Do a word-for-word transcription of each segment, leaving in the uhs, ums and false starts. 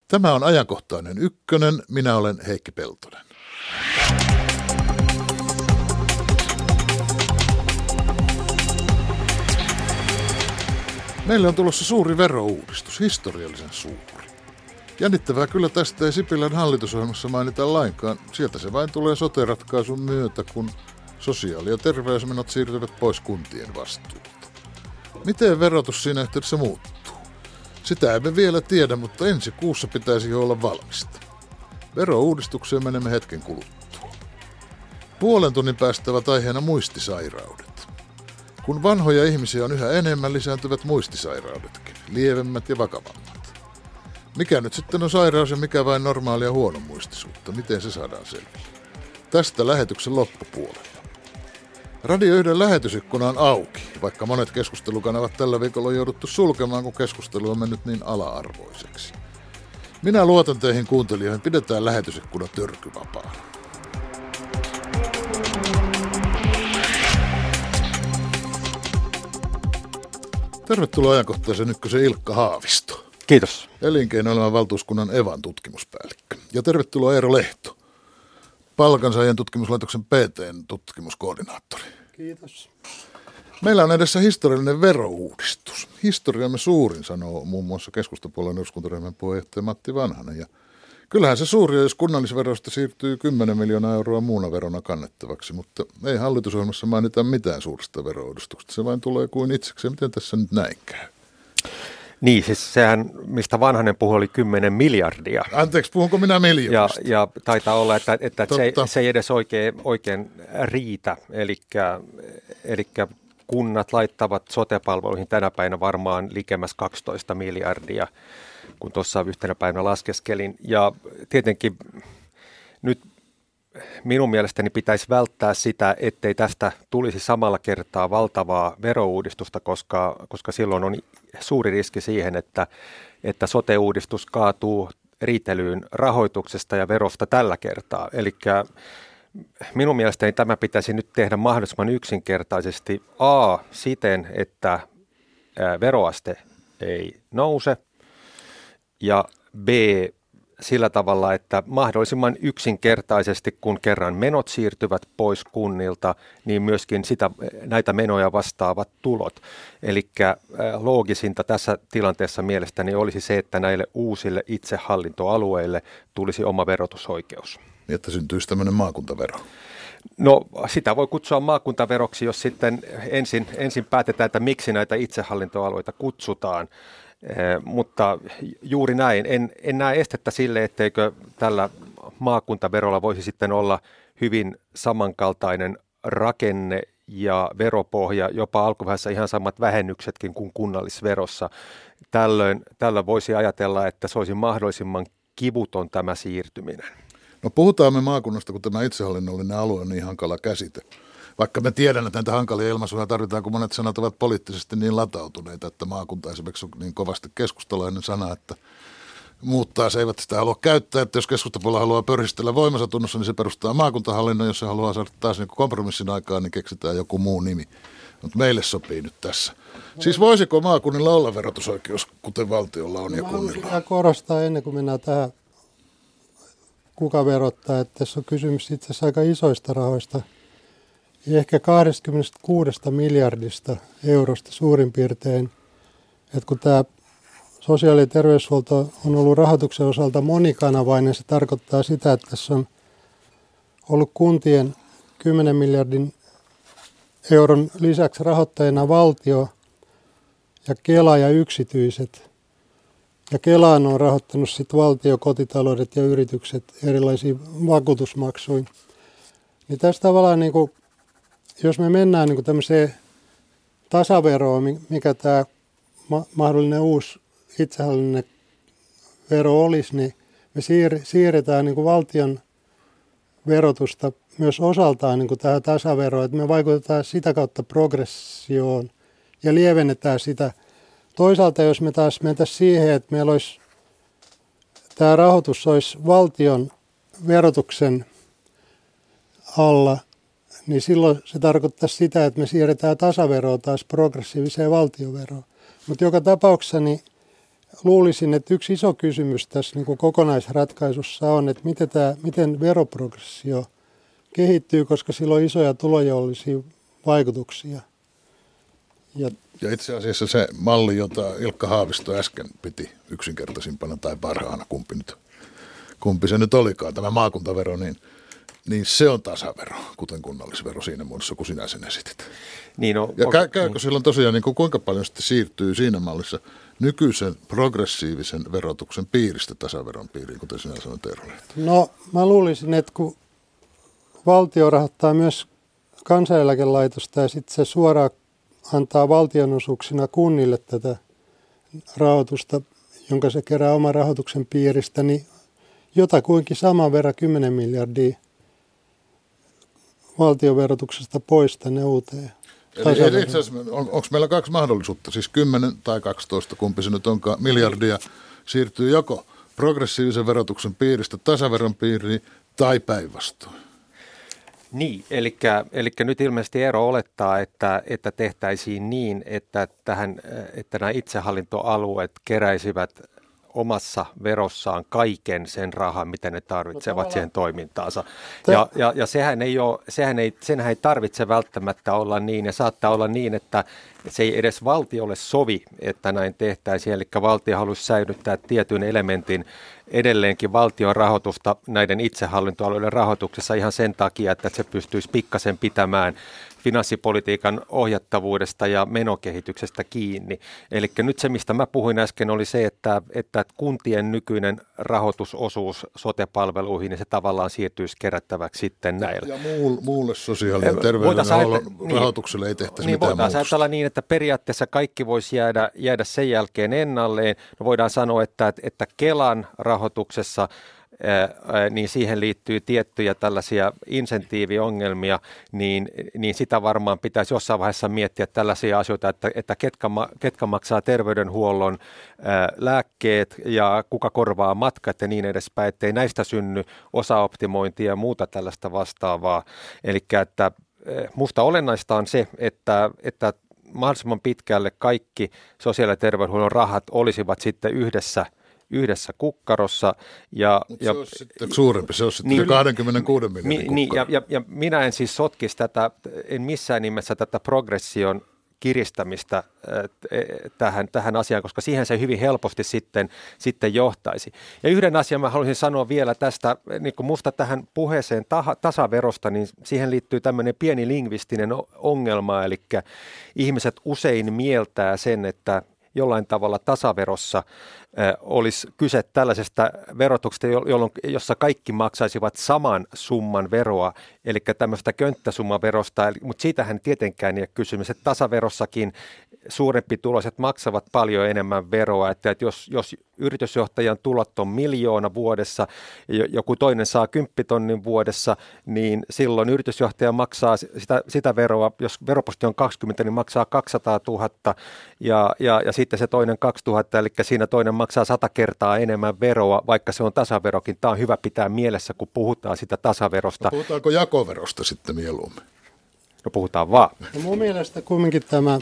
Tämä on ajankohtainen ykkönen. Minä olen Heikki Peltonen. Meille on tulossa suuri verouudistus, historiallisen suuri. Jännittävää kyllä tästä ei Sipilän hallitusohjelmassa mainita lainkaan. Sieltä se vain tulee sote-ratkaisun myötä, kun sosiaali- ja terveysmenot siirtyvät pois kuntien vastuulta. Miten verotus siinä yhteydessä muuttuu? Sitä emme vielä tiedä, mutta ensi kuussa pitäisi jo olla valmista. Verouudistukseen menemme hetken kuluttua. Puolen tunnin päästä ovat aiheena muistisairaudet. Kun vanhoja ihmisiä on yhä enemmän, lisääntyvät muistisairaudetkin, lievemmät ja vakavammat. Mikä nyt sitten on sairaus ja mikä vain normaalia huonomuistisuutta? Miten se saadaan selville? Tästä lähetyksen loppupuolella. Radio yhden lähetysikkuna on auki, vaikka monet keskustelukanavat tällä viikolla on jouduttu sulkemaan, kun keskustelu on mennyt niin ala-arvoiseksi. Minä luotan teihin kuuntelijoihin, pidetään lähetysikkuna törkyvapaana. Tervetuloa ajankohtaisen ykkösen Ilkka Haavisto. Kiitos. Elinkeinoelämän valtuuskunnan Evan tutkimuspäällikkö. Ja tervetuloa Eero Lehto, Palkansaajien tutkimuslaitoksen P T:n tutkimuskoordinaattori. Kiitos. Meillä on edessä historiallinen verouudistus. Historiamme suurin, sanoo muun muassa keskustapuolueen eduskuntaryhmän puheenjohtaja Matti Vanhanen. Ja kyllähän se suuri, jos kunnallisverosta siirtyy kymmenen miljoonaa euroa muuna verona kannettavaksi, mutta ei hallitusohjelmassa mainita mitään suurista verouudistuksesta. Se vain tulee kuin itsekseen. Miten tässä nyt näin käy? Niin, siis sehän, mistä Vanhanen puhui, oli kymmenen miljardia. Anteeksi, puhunko minä miljoonasta? Ja, ja taitaa olla, että, että se, se ei edes oikein, oikein riitä. Eli kunnat laittavat sote-palveluihin tänä päivänä varmaan likemmäs kaksitoista miljardia, kun tuossa yhtenä päivänä laskeskelin. Ja tietenkin nyt minun mielestäni pitäisi välttää sitä, ettei tästä tulisi samalla kertaa valtavaa verouudistusta, koska, koska silloin on suuri riski siihen, että, että sote-uudistus kaatuu riitelyyn rahoituksesta ja verosta tällä kertaa. Eli minun mielestäni tämä pitäisi nyt tehdä mahdollisimman yksinkertaisesti A siten, että veroaste ei nouse ja B sillä tavalla, että mahdollisimman yksinkertaisesti, kun kerran menot siirtyvät pois kunnilta, niin myöskin sitä, näitä menoja vastaavat tulot. Eli loogisinta tässä tilanteessa mielestäni olisi se, että näille uusille itsehallintoalueille tulisi oma verotusoikeus. Niin, että syntyisi tämmöinen maakuntavero. No sitä voi kutsua maakuntaveroksi, jos sitten ensin, ensin päätetään, että miksi näitä itsehallintoalueita kutsutaan. Eh, mutta juuri näin. En, en näe estettä sille, etteikö tällä maakuntaverolla voisi sitten olla hyvin samankaltainen rakenne ja veropohja, jopa alkuvaiheessa ihan samat vähennyksetkin kuin kunnallisverossa. Tällöin, tällöin voisi ajatella, että se olisi mahdollisimman kivuton tämä siirtyminen. No puhutaan me maakunnasta, kun tämä itsehallinnollinen alue on niin hankala käsite. Vaikka me tiedän, että näitä hankalia ilmaisuja tarvitaan, kun monet sanat ovat poliittisesti niin latautuneita, että maakunta esimerkiksi on niin kovasti keskustalainen sana, että muut taas eivät sitä halua käyttää. Että jos keskustapuolella haluaa pörhistellä voimansa tunnossa, niin se perustaa maakuntahallinnon. Jos se haluaa saada taas niin kompromissin aikaan, niin keksitään joku muu nimi. Mutta meille sopii nyt tässä. Siis voisiko maakunnilla olla verotusoikeus, kuten valtiolla on ja kunnilla? Mä korostaa ennen kuin mennään tähän, kuka verottaa, että tässä on kysymys itse asiassa aika isoista rahoista. Ehkä kaksikymmentäkuusi miljardista eurosta suurin piirtein, että kun tämä sosiaali- ja terveyshuolto on ollut rahoituksen osalta monikanavainen, se tarkoittaa sitä, että tässä on ollut kuntien kymmenen miljardin euron lisäksi rahoittajana valtio ja Kela ja yksityiset. Ja Kelaan on rahoittanut sitten valtio, kotitaloudet ja yritykset erilaisiin vakuutusmaksuihin. Niin tässä tavallaan niin kuin jos me mennään niin kuin tämmöiseen tasaveroon, mikä tämä ma- mahdollinen uusi itsehallinnollinen vero olisi, niin me siir- siirretään niin kuin valtion verotusta myös osaltaan niin kuin tähän tasaveroon, että me vaikutetaan sitä kautta progressioon ja lievennetään sitä. Toisaalta jos me taas mentäisiin siihen, että meillä olisi, tämä rahoitus olisi valtion verotuksen alla, niin silloin se tarkoittaisi sitä, että me siirretään tasaveroa taas progressiiviseen valtionveroon. Mutta joka tapauksessa niin luulisin, että yksi iso kysymys tässä niin kuin kokonaisratkaisussa on, että miten, tämä, miten veroprogressio kehittyy, koska sillä on isoja tulonjaollisia vaikutuksia. Ja, ja itse asiassa se malli, jota Ilkka Haavisto äsken piti yksinkertaisimpana tai parhaana, kumpi, nyt, kumpi se nyt olikaan, tämä maakuntavero, niin, niin se on tasavero, kuten kunnallisvero siinä muodossa, kun sinä sen esitit. Niin no, ja käy, käykö niin. silloin tosiaan, niin kuin kuinka paljon sitten siirtyy siinä mallissa nykyisen progressiivisen verotuksen piiristä tasaveron piiriin, kuten sinä sanoit, Eero Lehto? No mä luulisin, että kun valtio rahoittaa myös kansaneläkelaitosta ja sitten se suoraan antaa valtionosuuksina kunnille tätä rahoitusta, jonka se kerää oman rahoituksen piiristä, niin jotakuinkin saman verran kymmenen miljardia valtionverotuksesta pois tänne uuteen. Eli, eli itse asiassa, on, onko meillä kaksi mahdollisuutta, siis kymmenen tai kaksitoista, kumpi se nyt onkaan, miljardia siirtyy joko progressiivisen verotuksen piiristä tasaveron piiriin tai päinvastoin? Niin, eli, eli nyt ilmeisesti Eero olettaa, että, että tehtäisiin niin, että, tähän, että nämä itsehallintoalueet keräisivät omassa verossaan kaiken sen rahan, mitä ne tarvitsevat no, siihen toimintaansa. Ja, ja, ja sehän ei ole, sehän ei, senhän ei tarvitse välttämättä olla niin, ja saattaa olla niin, että se ei edes valtiolle sovi, että näin tehtäisiin, eli valtio haluaisi säilyttää tietyn elementin edelleenkin valtion rahoitusta näiden itsehallintoalueiden rahoituksessa ihan sen takia, että se pystyisi pikkasen pitämään finanssipolitiikan ohjattavuudesta ja menokehityksestä kiinni. Eli nyt se, mistä mä puhuin äsken, oli se, että, että kuntien nykyinen rahoitusosuus sote-palveluihin, niin se tavallaan siirtyisi kerättäväksi sitten näille. Ja muulle sosiaali- ja terveydenhuollon rahoitukselle niin, ei tehtäisi niin, mitään muuta. Voitaisiin ajatella niin, että periaatteessa kaikki voisi jäädä, jäädä sen jälkeen ennalleen. No voidaan sanoa, että, että Kelan rahoituksessa niin siihen liittyy tiettyjä tällaisia insentiiviongelmia, niin, niin sitä varmaan pitäisi jossain vaiheessa miettiä tällaisia asioita, että, että ketkä, ketkä maksaa terveydenhuollon ää, lääkkeet ja kuka korvaa matkat ja niin edespäin, ettei näistä synny osaoptimointia ja muuta tällaista vastaavaa. Eli että musta olennaista on se, että, että mahdollisimman pitkälle kaikki sosiaali- ja terveydenhuollon rahat olisivat sitten yhdessä yhdessä kukkarossa. Ja, Mutta ja, se olisi sitten suurempi, se olisi sitten niin, kaksikymmentäkuusi miljardin niin, kukkaro. Ja, ja, ja minä en siis sotkisi tätä, en missään nimessä tätä progression kiristämistä tähän, tähän asiaan, koska siihen se hyvin helposti sitten, sitten johtaisi. Ja yhden asian mä haluaisin sanoa vielä tästä, niin kuin musta tähän puheeseen taha, tasaverosta, niin siihen liittyy tämmöinen pieni lingvistinen ongelma, eli ihmiset usein mieltää sen, että jollain tavalla tasaverossa olisi kyse tällaisesta verotuksesta, jolloin, jossa kaikki maksaisivat saman summan veroa, eli tämmöistä könttäsummaverosta, mutta siitähän tietenkään ei ole kysymys, että tasaverossakin suurempi tuloiset maksavat paljon enemmän veroa, että, että jos, jos yritysjohtajan tulot on miljoona vuodessa ja joku toinen saa kymppitonnin vuodessa, niin silloin yritysjohtaja maksaa sitä, sitä veroa, jos veroposti on kaksikymmentä, niin maksaa kaksisataatuhatta ja, ja, ja sitten se toinen kaksituhatta, eli siinä toinen maksaa sata kertaa enemmän veroa, vaikka se on tasaverokin. Tämä on hyvä pitää mielessä, kun puhutaan sitä tasaverosta. No puhutaanko jakoverosta sitten mieluummin? No puhutaan vaan. No mun mielestä kumminkin tämä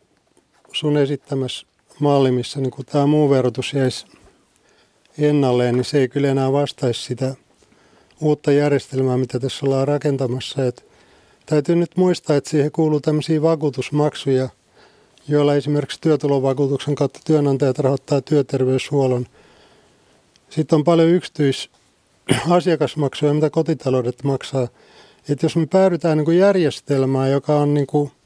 sun esittämässä malli, missä niin kun tämä muu verotus jäisi ennalleen, niin se ei kyllä enää vastaisi sitä uutta järjestelmää, mitä tässä ollaan rakentamassa. Et täytyy nyt muistaa, että siihen kuuluu tämmöisiä vakuutusmaksuja, joilla esimerkiksi työtulovakuutuksen kautta työnantajat rahoittaa työterveyshuollon. Sitten on paljon yksityisasiakasmaksuja, mitä kotitaloudet maksaa. Että jos me päädytään niin kuin järjestelmään, joka on niin kuin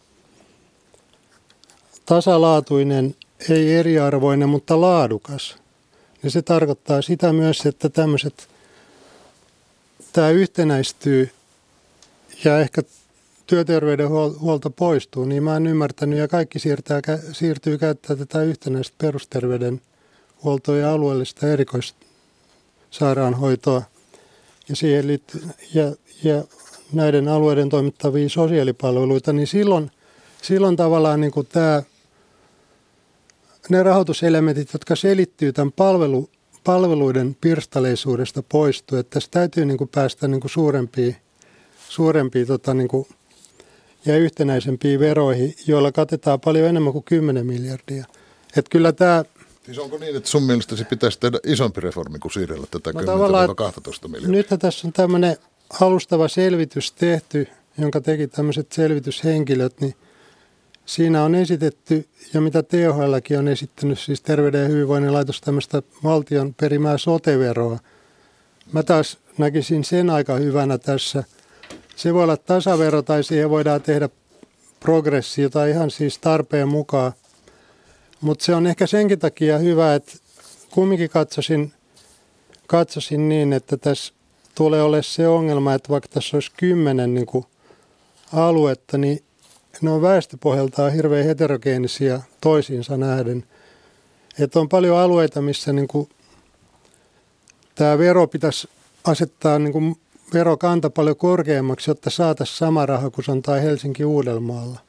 tasalaatuinen, ei eriarvoinen, mutta laadukas, niin se tarkoittaa sitä myös, että tämmöiset, tämä yhtenäistyy ja ehkä työterveydenhuolto poistuu, niin mä en ymmärtänyt ja kaikki siirtää, siirtyy käyttämään tätä yhtenäistä perusterveydenhuoltoa ja alueellista erikoissairaanhoitoa ja siihen liittyy, ja, ja näiden alueiden toimittavia sosiaalipalveluita, niin silloin, silloin tavallaan niin kuin tämä, ne rahoituselementit, jotka selittyy tämän palvelu, palveluiden pirstaleisuudesta poistuu, että tässä täytyy niin kuin päästä niin kuin suurempiin, suurempiin tota, niin kuin, ja yhtenäisempiin veroihin, joilla katetaan paljon enemmän kuin kymmenen miljardia. Että kyllä tämä... Siis onko niin, että sun mielestäsi pitäisi tehdä isompi reformi kuin siirrellä tätä no kymmenen kaksitoista miljoonaa? Nyt tässä on tämmöinen alustava selvitys tehty, jonka teki tämmöiset selvityshenkilöt, niin siinä on esitetty, ja mitä T H L:kin on esittänyt, siis Terveyden ja hyvinvoinnin laitos tämmöistä valtion perimää sote-veroa. Mä taas näkisin sen aika hyvänä tässä. Se voi olla tasavero tai siihen voidaan tehdä progressiota ihan siis tarpeen mukaan. Mutta se on ehkä senkin takia hyvä, että kumminkin katsoisin, katsoisin niin, että tässä tulee olemaan se ongelma, että vaikka tässä olisi kymmenen niin kuin aluetta, niin ne on väestöpohjaltaan hirveän heterogeenisia toisiinsa nähden. Että on paljon alueita, missä niin kuin tämä vero pitäisi asettaa niin kuin verokanta paljon korkeammaksi, jotta saataisiin sama raha kuin se on tai Helsinki-Uudellamaalla.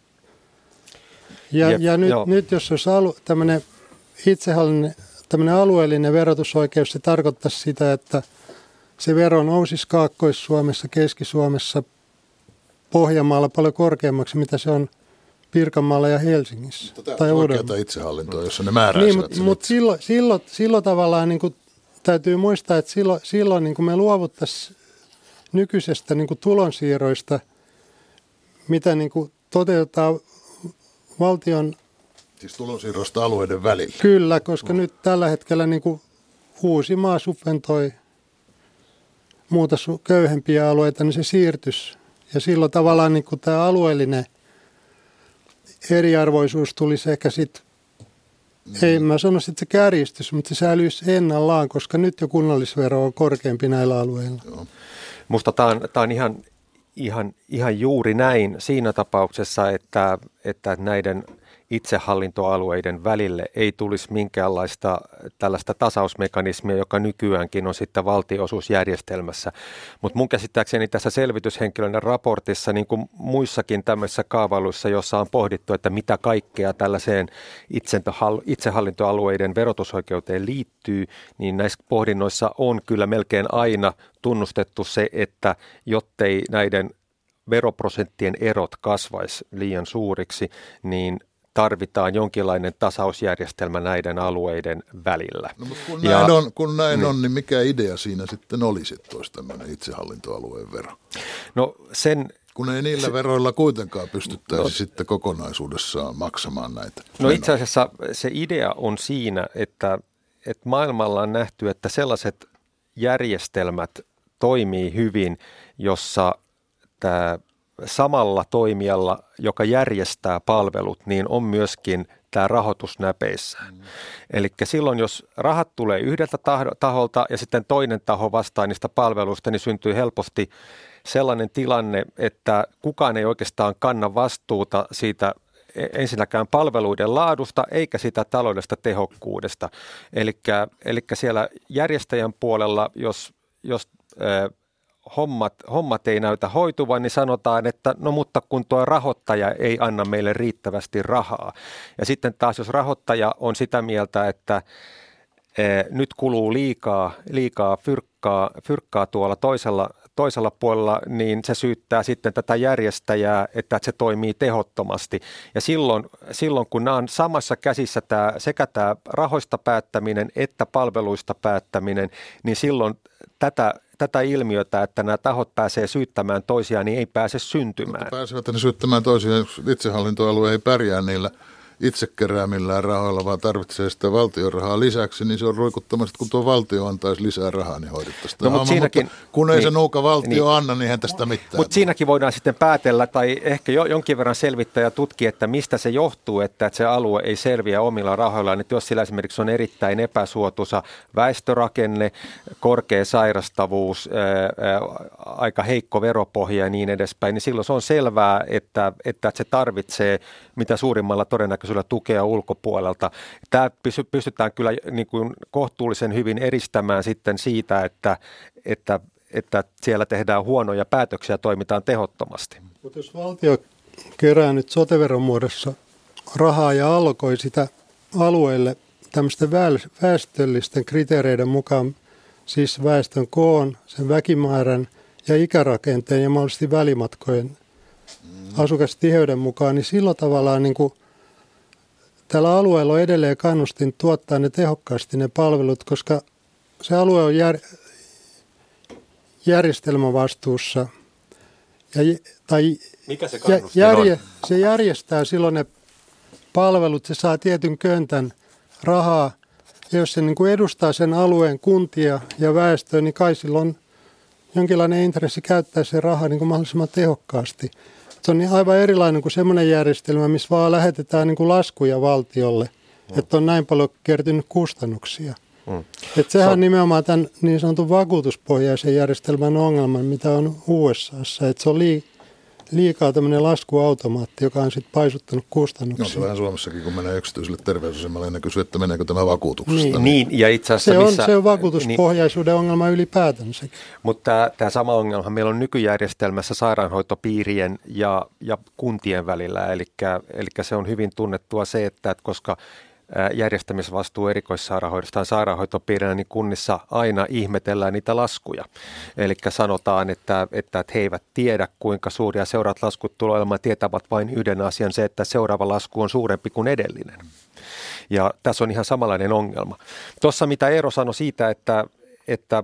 Ja, Jep, ja nyt, nyt jos olisi alu, tämmöinen itsehallinnon, tämmöinen alueellinen verotusoikeus, se tarkoittaisi sitä, että se vero nousisi Kaakkois-Suomessa, Keski-Suomessa, Pohjanmaalla paljon korkeammaksi, mitä se on Pirkanmaalla ja Helsingissä. Mutta tämä on oikeata itsehallintoa, jossa ne määräisivät. Niin, mutta mut silloin, silloin, silloin tavallaan niin kuin, täytyy muistaa, että silloin, silloin niin kuin me luovuttaisiin nykyisestä niin kuin tulonsiirroista, mitä niin kuin toteutetaan valtion... Siis tulonsiirroista alueiden välillä. Kyllä, koska no. nyt tällä hetkellä niin kuin Uusimaa subventoi muuta su- köyhempiä alueita, niin se siirtyisi. Ja silloin tavallaan niin kuin tämä alueellinen eriarvoisuus tulisi ehkä sitten, mm. ei mä sanoisin, että se kärjistys, mutta se säilyisi ennallaan, koska nyt jo kunnallisvero on korkeampi näillä alueilla. Joo. Musta tämä on, tää on ihan, ihan, ihan juuri näin siinä tapauksessa, että, että näiden itsehallintoalueiden välille ei tulisi minkäänlaista tällaista tasausmekanismia, joka nykyäänkin on sitten valtionosuusjärjestelmässä. Mutta mun käsittääkseni tässä selvityshenkilön raportissa, niin kuin muissakin tämmöisissä kaavailuissa, jossa on pohdittu, että mitä kaikkea tällaiseen itsehallintoalueiden verotusoikeuteen liittyy, niin näissä pohdinnoissa on kyllä melkein aina tunnustettu se, että jottei näiden veroprosenttien erot kasvaisi liian suuriksi, niin tarvitaan jonkinlainen tasausjärjestelmä näiden alueiden välillä. No, mutta kun näin, ja, on, kun näin niin, on, niin mikä idea siinä sitten olisi, että olisi tämmöinen itsehallintoalueen vero? No sen... Kun ei niillä se, veroilla kuitenkaan pystyttäisi no, sitten kokonaisuudessaan maksamaan näitä. No menoja. Itse asiassa se idea on siinä, että, että maailmalla on nähty, että sellaiset järjestelmät toimii hyvin, jossa tämä samalla toimijalla, joka järjestää palvelut, niin on myöskin tämä rahoitus näpeissä. Mm. Eli silloin, jos rahat tulee yhdeltä taholta ja sitten toinen taho vastaa niistä palveluista, niin syntyy helposti sellainen tilanne, että kukaan ei oikeastaan kanna vastuuta siitä ensinnäkään palveluiden laadusta eikä sitä taloudellisesta tehokkuudesta. Eli siellä järjestäjän puolella, jos, jos äh, Hommat, hommat ei näytä hoituvan, niin sanotaan, että no mutta kun tuo rahoittaja ei anna meille riittävästi rahaa. Ja sitten taas jos rahoittaja on sitä mieltä, että e, nyt kuluu liikaa, liikaa fyrkkaa, fyrkkaa tuolla toisella, toisella puolella, niin se syyttää sitten tätä järjestäjää, että se toimii tehottomasti. Ja silloin, silloin kun nämä on samassa käsissä tämä, sekä tämä rahoista päättäminen että palveluista päättäminen, niin silloin tätä Tätä ilmiötä, että nämä tahot pääsee syyttämään toisiaan, niin ei pääse syntymään. Mutta pääsevät ne syyttämään toisiaan, jos itsehallintoalue ei pärjää niillä itse keräämillään rahoilla, vaan tarvitsee sitä valtion rahaa lisäksi, niin se on ruikuttamassa, kun tuo valtio antaisi lisää rahaa, niin hoidettaisiin no, mutta siinäkin, mutta kun ei niin, se nuuka valtio niin, anna, niin eihän tästä mitään. Mutta siinäkin voidaan sitten päätellä, tai ehkä jo, jonkin verran selvittää ja tutkia, että mistä se johtuu, että, että se alue ei selviä omilla rahoillaan. Että jos sillä esimerkiksi on erittäin epäsuotuisa väestörakenne, korkea sairastavuus, ää, ää, aika heikko veropohja ja niin edespäin, niin silloin se on selvää, että, että se tarvitsee mitä suurimmalla todennäköisyydellä tukea ulkopuolelta. Tämä pystytään kyllä niin kuin kohtuullisen hyvin eristämään sitten siitä, että, että, että siellä tehdään huonoja päätöksiä ja toimitaan tehottomasti. Mutta jos valtio kerää nyt sote-veron muodossa rahaa ja allokoi sitä alueelle tämmöisten väestöllisten kriteereiden mukaan, siis väestön koon, sen väkimäärän ja ikärakenteen ja mahdollisesti välimatkojen asukastiheyden mukaan, niin silloin tavallaan niin kuin tällä alueella on edelleen kannustin tuottaa ne tehokkaasti ne palvelut, koska se alue on jär, järjestelmävastuussa. Ja, tai Mikä se kannustin järje, on? Se järjestää silloin ne palvelut, se saa tietyn köntän rahaa. Ja jos se niin kuin edustaa sen alueen kuntia ja väestöä, niin kai silloin jonkinlainen intressi käyttää se rahaa niin kuin mahdollisimman tehokkaasti. Se on aivan erilainen kuin semmoinen järjestelmä, missä vaan lähetetään niin kuin laskuja valtiolle, mm. että on näin paljon kertynyt kustannuksia. Mm. Että sehän on nimenomaan tämän niin sanotun vakuutuspohjaisen järjestelmän ongelma, mitä on U S A:ssa. Että se on lii, liikaa tämmöinen laskuautomaatti, joka on sitten paisuttanut kustannuksia. No se vähän Suomessakin, kun menee yksityiselle terveysasemalle, niin kysyy, että meneekö tämä vakuutuksesta. Niin, niin ja itse asiassa se on, missä, se on vakuutuspohjaisuuden niin, ongelma ylipäätänsä. Mutta tämä sama ongelma meillä on nykyjärjestelmässä sairaanhoitopiirien ja, ja kuntien välillä, eli, eli se on hyvin tunnettua se, että koska järjestämisvastuu erikoissairaanhoidosta on sairaanhoitopiirinä, niin kunnissa aina ihmetellään niitä laskuja. Eli sanotaan, että, että he eivät tiedä, kuinka suuria seuraavat laskut tulee olemaan, tietävät vain yhden asian, se, että seuraava lasku on suurempi kuin edellinen. Ja tässä on ihan samanlainen ongelma. Tuossa mitä Eero sanoi siitä, että, että,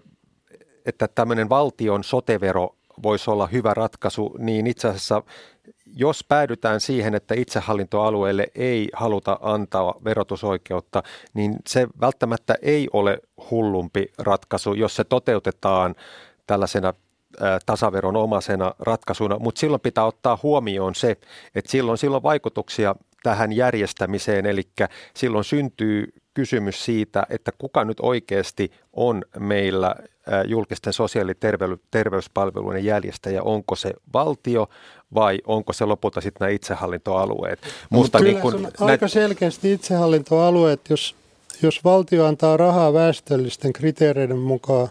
että tämmöinen valtion sotevero voisi olla hyvä ratkaisu, niin itse asiassa jos päädytään siihen, että itsehallintoalueelle ei haluta antaa verotusoikeutta, niin se välttämättä ei ole hullumpi ratkaisu, jos se toteutetaan tällaisena tasaveron omaisena ratkaisuna, mutta silloin pitää ottaa huomioon se, että silloin, silloin vaikutuksia tähän järjestämiseen, eli silloin syntyy kysymys siitä, että kuka nyt oikeasti on meillä julkisten sosiaali- ja terveyspalveluiden järjestäjä, onko se valtio vai onko se lopulta sitten nämä itsehallintoalueet. Mutta kyllä niin kun, se on näitä... aika selkeästi itsehallintoalueet, jos, jos valtio antaa rahaa väestöllisten kriteereiden mukaan,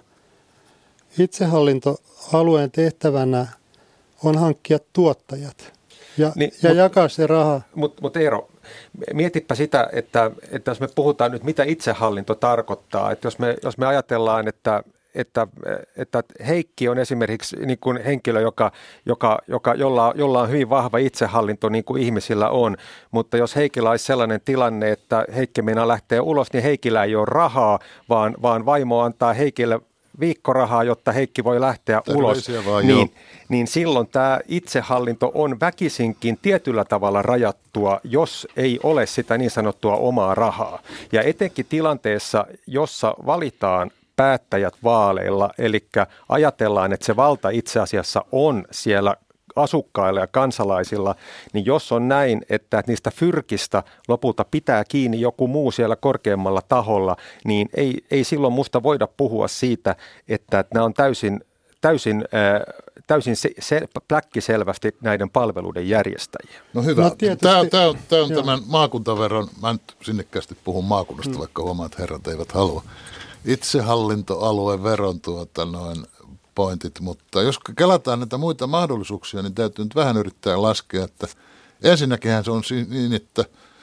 itsehallintoalueen tehtävänä on hankkia tuottajat ja, niin, ja mut, jakaa se raha. Mutta mut Eero, mietipä sitä, että, että jos me puhutaan nyt, mitä itsehallinto tarkoittaa, että jos me, jos me ajatellaan, että Että, että Heikki on esimerkiksi niin kuin henkilö, joka, joka, joka, jolla, jolla on hyvin vahva itsehallinto, niin kuin ihmisillä on, mutta jos Heikillä olisi sellainen tilanne, että Heikki meinaa lähteä ulos, niin Heikillä ei ole rahaa, vaan, vaan vaimo antaa Heikille viikkorahaa, jotta Heikki voi lähteä ulos, niin, niin silloin tämä itsehallinto on väkisinkin tietyllä tavalla rajattua, jos ei ole sitä niin sanottua omaa rahaa. Ja etenkin tilanteessa, jossa valitaan päättäjät vaaleilla, eli ajatellaan, että se valta itse asiassa on siellä asukkailla ja kansalaisilla, niin jos on näin, että niistä fyrkistä lopulta pitää kiinni joku muu siellä korkeammalla taholla, niin ei, ei silloin musta voida puhua siitä, että nämä on täysin, täysin, äh, täysin se, se, pläkkiselvästi näiden palveluiden järjestäjiä. No hyvä. No, tämä, tämä on, tämä on tämän maakuntaveron, mä nyt sinnekkäästi puhun maakunnasta, hmm. vaikka huomaa, että herrat eivät halua. Itsehallintoalueen veron tuota noin pointit, mutta jos kelataan näitä muita mahdollisuuksia, niin täytyy nyt vähän yrittää laskea, että ensinnäkinhän se on niin, että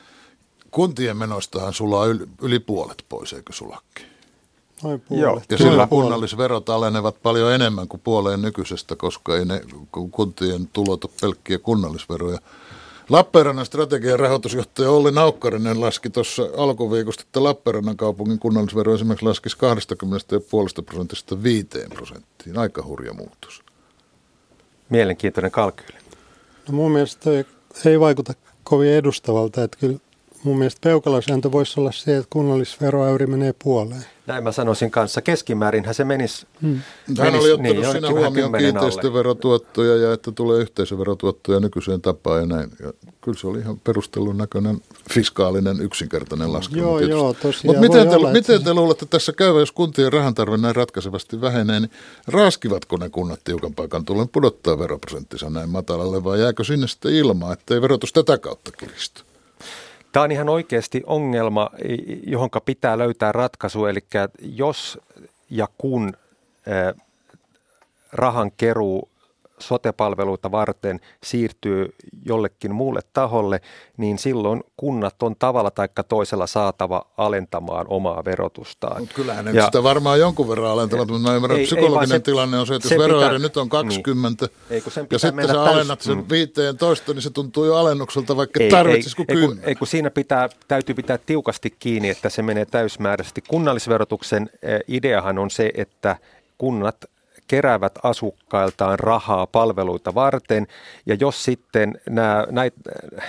kuntien menoistahan sulaa yli, yli puolet pois, eikö sulakin? Noin puolet. Ja silloin kunnallisverot alenevat paljon enemmän kuin puoleen nykyisestä, koska ei ne kuntien tulot ole pelkkiä kunnallisveroja. Lappeenrannan strategian rahoitusjohtaja Olli Naukkarinen laski tuossa alkuviikosta, että Lappeenrannan kaupungin kunnallisvero esimerkiksi laskisi kaksikymmentä pilkku viisi prosentista viiteen prosenttiin. Aika hurja muutos. Mielenkiintoinen kalkyyli. No mun mielestä toi ei vaikuta kovin edustavalta, että kyllä mun mielestä peukalasääntö voisi olla se, että kunnallisveroäyri menee puoleen. Näin mä sanoisin kanssa. Keskimäärinhän se menisi. Hmm. Hän oli ottanut niin, siinä huomioon kiinteistöverotuottoja ja että tulee yhteisöverotuottoja nykyiseen tapaan ja näin. Ja kyllä se oli ihan perustellun näköinen fiskaalinen yksinkertainen laskelma. Joo, joo, tosiaan. Mutta miten, te, miten te luulette tässä käyvä, jos kuntien rahantarve näin ratkaisevasti vähenee, niin raskivatko ne kunnat tiukan paikan tullen pudottaa veroprosenttinsa näin matalalle vai jääkö sinne sitten ilmaa, ettei verotus tätä kautta kiristy? Tämä on ihan oikeasti ongelma, johon pitää löytää ratkaisu, eli jos ja kun rahan keruu sote-palveluita varten siirtyy jollekin muulle taholle, niin silloin kunnat on tavalla tai toisella saatava alentamaan omaa verotustaan. Mutta kyllähän ne sitä varmaan jonkun verran alentavat, mutta mä ymmärrän, että psykologinen se, tilanne on se, että jos veroäri nyt on kaksikymmentä niin. Ja sitten sä alennat sen mm. viisitoista, niin se tuntuu jo alennukselta, vaikka ei, tarvitsisi kuin kymmenen. Ei, kun siinä pitää, täytyy pitää tiukasti kiinni, että se menee täysmääräisesti. Kunnallisverotuksen ideahan on se, että kunnat keräävät asukkailtaan rahaa palveluita varten, ja jos sitten nämä, näitä,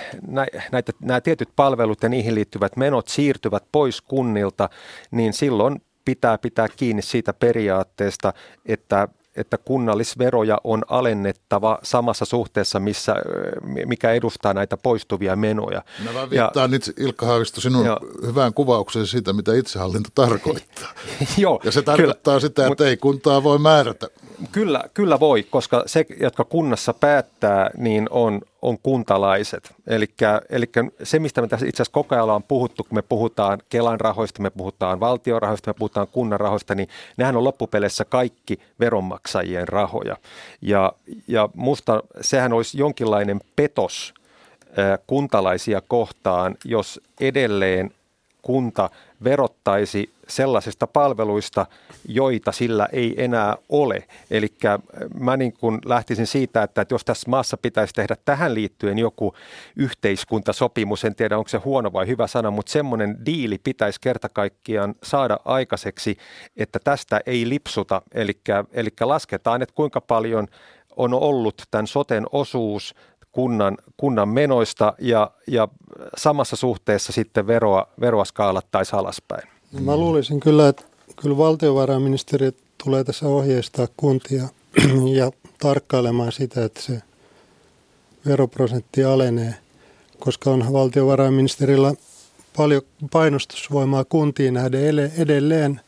näitä, nämä tietyt palvelut ja niihin liittyvät menot siirtyvät pois kunnilta, niin silloin pitää pitää kiinni siitä periaatteesta, että että kunnallisveroja on alennettava samassa suhteessa, missä, mikä edustaa näitä poistuvia menoja. Mä vaan viittaan nyt, Ilkka Haavisto, sinun ja, hyvään kuvaukseen siitä, mitä itsehallinto tarkoittaa. Joo, ja se tarkoittaa kyllä, sitä, että mut, ei kuntaa voi määrätä. Kyllä, kyllä voi, koska se, jotka kunnassa päättää, niin on, on kuntalaiset. Eli se, mistä me tässä itse asiassa koko ajan ollaan puhuttu, kun me puhutaan Kelan rahoista, me puhutaan valtion rahoista, me puhutaan kunnan rahoista, niin nehän on loppupeleissä kaikki veronmaksajien rahoja. Ja, ja musta sehän olisi jonkinlainen petos äh, kuntalaisia kohtaan, jos edelleen kunta verottaisi sellaisista palveluista, joita sillä ei enää ole. Eli mä niin kuin lähtisin siitä, että jos tässä maassa pitäisi tehdä tähän liittyen joku yhteiskuntasopimus, en tiedä onko se huono vai hyvä sana, mutta semmoinen diili pitäisi kerta kaikkiaan saada aikaiseksi, että tästä ei lipsuta. Eli, eli lasketaan, että kuinka paljon on ollut tämän soten osuus kunnan, kunnan menoista ja, ja samassa suhteessa sitten veroa, veroa skaalattaisiin alaspäin. Mä luulisin kyllä, että kyllä valtiovarainministeriö tulee tässä ohjeistaa kuntia ja tarkkailemaan sitä, että se veroprosentti alenee, koska onhan valtiovarainministerillä paljon painostusvoimaa kuntiin nähden edelleen.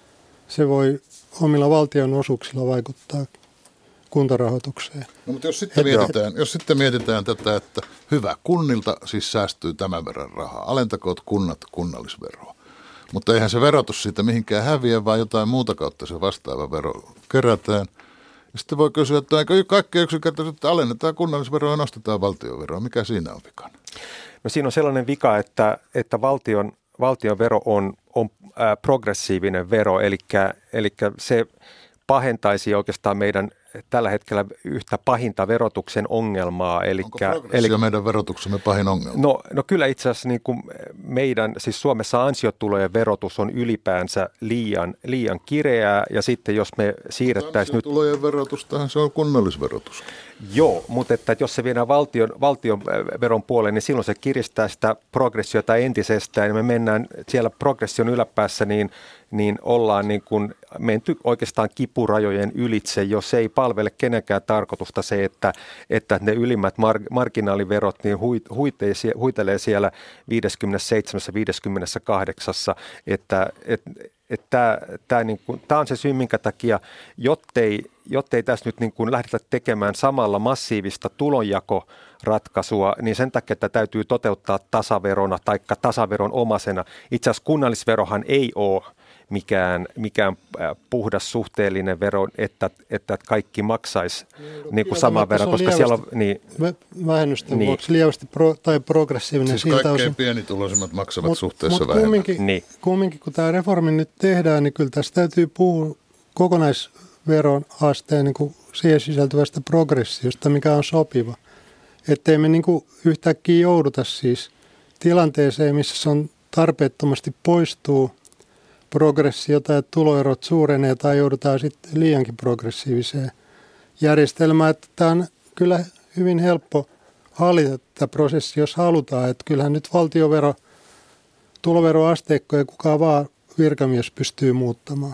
Se voi omilla valtion osuuksilla vaikuttaa kuntarahoitukseen. No, mutta jos sitten, mietitään, jos sitten mietitään tätä, että hyvä, kunnilta siis säästyy tämän verran rahaa. Alentakoot kunnat kunnallisveroa. Mutta eihän se verotus siitä mihinkään häviä, vaan jotain muuta kautta se vastaava vero kerätään. Ja sitten voi kysyä, että kaikki yksinkertaisesti alennetaan kunnallisveroa ja nostetaan valtionveroa. Mikä siinä on vikana? No siinä on sellainen vika, että, että valtion, valtion vero on, on ää, progressiivinen vero, eli, eli se pahentaisi oikeastaan meidän tällä hetkellä yhtä pahinta verotuksen ongelmaa. Onko progressio eli, meidän verotuksemme pahin ongelma? No, no kyllä itse asiassa niin kuin meidän, siis Suomessa ansiotulojen verotus on ylipäänsä liian, liian kireää, ja sitten jos me siirrettäisiin nyt... Ansiotulojen verotustahan se on kunnallisverotus. Joo, mutta että jos se viedään valtion, valtion veron puoleen, niin silloin se kiristää sitä progressiota entisestään, ja me mennään siellä progression yläpäässä, niin, niin ollaan niin kuin menty oikeastaan kipurajojen ylitse, jos ei palvele kenenkään tarkoitusta se, että, että ne ylimmät mar- marginaaliverot niin huite- huitelee siellä viisikymmentäseitsemän viisikymmentäkahdeksan, että et, Tämä et niin on se syy, minkä takia, jottei, jottei tässä nyt niin kuin lähdetä tekemään samalla massiivista tulonjakoratkaisua, niin sen takia, että täytyy toteuttaa tasaverona tai tasaveron omaisena. Itse asiassa kunnallisverohan ei ole mikään, mikään puhdas suhteellinen vero, että, että kaikki maksaisi no, niin kuin saman verran, koska siellä on... Niin, vähennysten niin. vuoksi lievästi pro, tai progressiivinen siis siltä kaikkein osin. pienituloisimmat maksavat mut, suhteessa mut vähemmän. Kumminkin, niin. kumminkin, kun tämä reformi nyt tehdään, niin kyllä tässä täytyy puhua kokonaisveron asteen niin kuin siihen sisältyvästä progressiosta, mikä on sopiva. Ettei me niin kuin yhtäkkiä jouduta siis tilanteeseen, missä se on tarpeettomasti poistuu progressiota ja tuloerot suurenee tai joudutaan sitten liiankin progressiiviseen järjestelmään. Että tämä on kyllä hyvin helppo hallita tätä prosessia, jos halutaan. Että kyllähän nyt valtiovero, tuloveroasteikko ja kukaan vaan virkamies pystyy muuttamaan.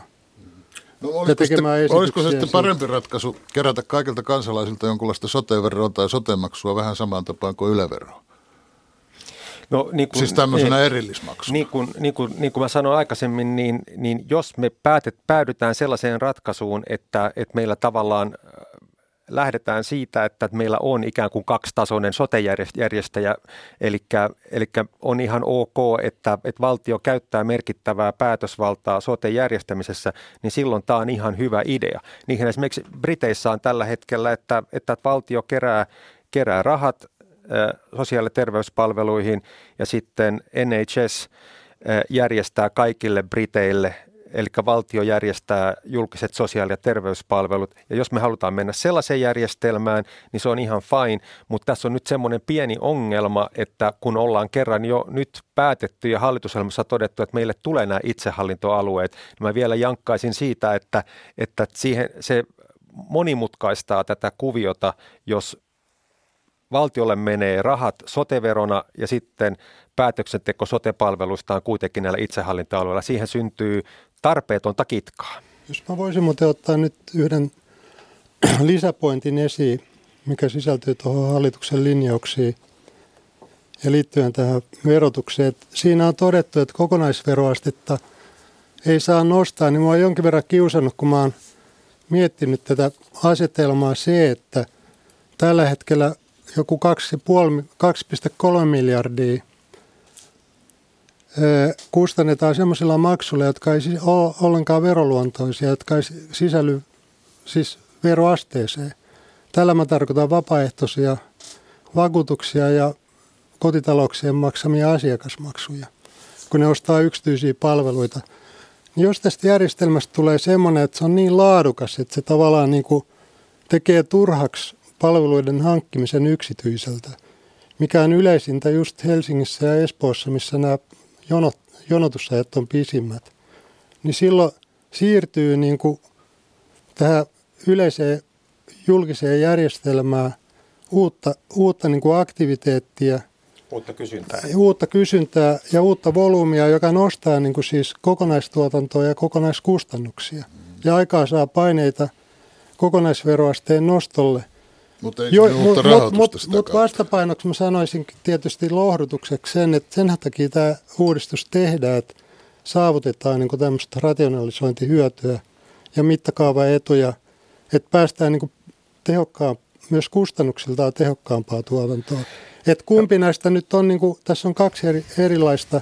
No, olisiko, sitten, olisiko se sitten parempi ratkaisu kerätä kaikilta kansalaisilta jonkunlaista sote-veroa tai sote-maksua vähän samaan tapaan kuin Yle-veroa? No, niin kuin, siis tämmöisenä niin, erillismaksuna. Niin kuin, niin, kuin, niin kuin mä sanoin aikaisemmin, niin, niin jos me päätet, päädytään sellaiseen ratkaisuun, että, että meillä tavallaan lähdetään siitä, että meillä on ikään kuin kaksitasoinen sote-järjestäjä, eli, eli on ihan ok, että, että valtio käyttää merkittävää päätösvaltaa sote-järjestämisessä, niin silloin tämä on ihan hyvä idea. Niinhän esimerkiksi Briteissä on tällä hetkellä, että, että valtio kerää, kerää rahat sosiaali- ja terveyspalveluihin ja sitten N H S järjestää kaikille Briteille, eli valtio järjestää julkiset sosiaali- ja terveyspalvelut. Ja jos me halutaan mennä sellaiseen järjestelmään, niin se on ihan fine, mutta tässä on nyt semmoinen pieni ongelma, että kun ollaan kerran jo nyt päätetty ja hallitusohjelmassa todettu, että meille tulee nämä itsehallintoalueet, niin mä vielä jankkaisin siitä, että, että siihen se monimutkaistaa tätä kuviota, jos valtiolle menee rahat sote-verona ja sitten päätöksenteko sote-palveluista on kuitenkin näillä itsehallintoalueilla. Siihen syntyy tarpeetonta kitkaa. Jos mä voisin muuten ottaa nyt yhden lisäpointin esiin, mikä sisältyy tuohon hallituksen linjauksiin ja liittyen tähän verotukseen. Siinä on todettu, että kokonaisveroastetta ei saa nostaa, niin mä oon jonkin verran kiusannut, kun mä oon miettinyt tätä asetelmaa se, että tällä hetkellä joku kaksi pilkku kolme miljardia kustannetaan semmoisilla maksuilla, jotka ei ole ollenkaan veroluontoisia, jotka ei sisälly siis veroasteeseen. Tällä mä tarkoitan vapaaehtoisia vakuutuksia ja kotitalouksien maksamia asiakasmaksuja, kun ne ostaa yksityisiä palveluita. Niin jos tästä järjestelmästä tulee semmoinen, että se on niin laadukas, että se tavallaan niin kuin tekee turhaksi palveluiden hankkimisen yksityiseltä, mikä on yleisintä just Helsingissä ja Espoossa, missä nämä jonot, jonotusajat on pisimmät, niin silloin siirtyy niin kuin tähän yleiseen julkiseen järjestelmään uutta, uutta niin kuin aktiviteettia, uutta kysyntää. uutta kysyntää ja uutta volyymia, joka nostaa niin kuin siis kokonaistuotantoa ja kokonaiskustannuksia. Ja aikaa saa paineita kokonaisveroasteen nostolle. Mutta ei jo, uutta rahoitusta mut, sitä Mutta vastapainoksi mä sanoisin tietysti lohdutukseksi sen, että sen takia tämä uudistus tehdään, että saavutetaan niin kuin tämmöistä rationalisointihyötyä ja mittakaavaetuja, että päästään niin kuin tehokkaan, myös kustannuksiltaan tehokkaampaa tuotantoa. Että kumpi näistä nyt on, niin kuin, tässä on kaksi eri, erilaista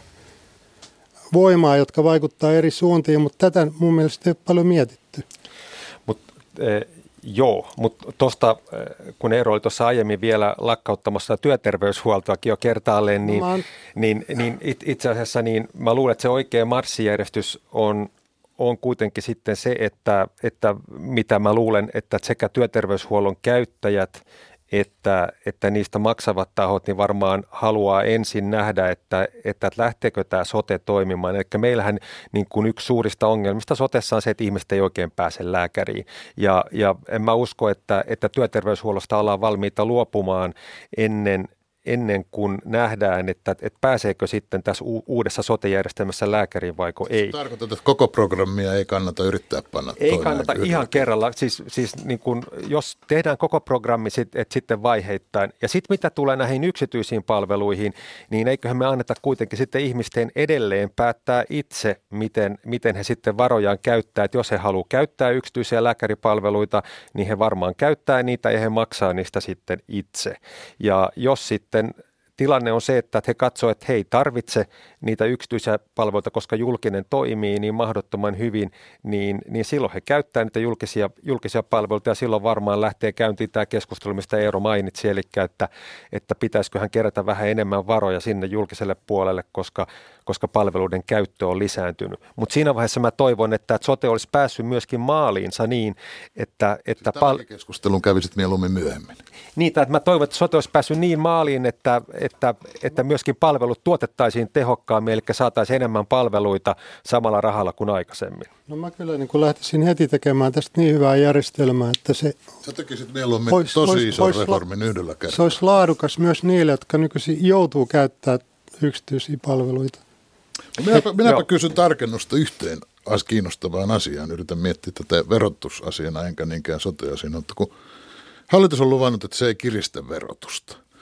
voimaa, jotka vaikuttaa eri suuntiin, mutta tätä mun mielestä ei ole paljon mietitty. Mut, eh... Joo, mutta tuosta, kun Eero oli tuossa aiemmin vielä lakkauttamassa työterveyshuoltoakin jo kertaalleen, niin, no, niin, niin it, itse asiassa niin mä luulen, että se oikea marssijärjestys on, on kuitenkin sitten se, että, että mitä mä luulen, että sekä työterveyshuollon käyttäjät että, että niistä maksavat tahot niin varmaan haluaa ensin nähdä, että, että lähteekö tämä sote toimimaan. Eli meillähän niin kuin yksi suurista ongelmista sotessa on se, että ihmiset ei oikein pääse lääkäriin. Ja, ja en mä usko, että, että työterveyshuollosta ollaan valmiita luopumaan ennen ennen kuin nähdään, että, että pääseekö sitten tässä uudessa sote-järjestelmässä lääkäriin vaiko ei. Tarkoitat, että koko programmia ei kannata yrittää panna Ei kannata yhdellä. Ihan kerralla. Siis, siis niin kuin, jos tehdään koko programmi sit, et sitten vaiheittain. Ja sitten mitä tulee näihin yksityisiin palveluihin, niin eiköhän me anneta kuitenkin sitten ihmisten edelleen päättää itse, miten, miten he sitten varojaan käyttää. Että jos he haluaa käyttää yksityisiä lääkäripalveluita, niin he varmaan käyttää niitä ja he maksaa niistä sitten itse. Ja jos sitten Sitten tilanne on se, että he katsovat, että he ei tarvitse niitä yksityisiä palveluita, koska julkinen toimii niin mahdottoman hyvin, niin, niin silloin he käyttää niitä julkisia, julkisia palveluita ja silloin varmaan lähtee käyntiin tämä keskustelu, mistä Eero mainitsi, eli että, että pitäisiköhän kerätä vähän enemmän varoja sinne julkiselle puolelle, koska, koska palveluiden käyttö on lisääntynyt. Mutta siinä vaiheessa mä toivon, että sote olisi päässyt myöskin maaliinsa niin, että... että pal- keskustelun kävisit mieluummin myöhemmin. Niitä, että mä toivon, että sote olisi päässyt niin maaliin, että, että, että myöskin palvelut tuotettaisiin tehokkaammin, eli saataisiin enemmän palveluita samalla rahalla kuin aikaisemmin. No mä kyllä niin kun lähtisin heti tekemään tästä niin hyvää järjestelmää, että se... Sä tekisit mieluummin ois, tosi ois, ison ois, reformin yhdellä kertaa. Se olisi laadukas myös niille, jotka nykyisin joutuu käyttämään yksityisiä palveluita. No minäpä, minäpä kysyn tarkennusta yhteen kiinnostavaan asiaan. Yritän miettiä tätä verotusasiana enkä niinkään sote-asiana, mutta kun hallitus on luvannut, että se ei kiristä verotusta.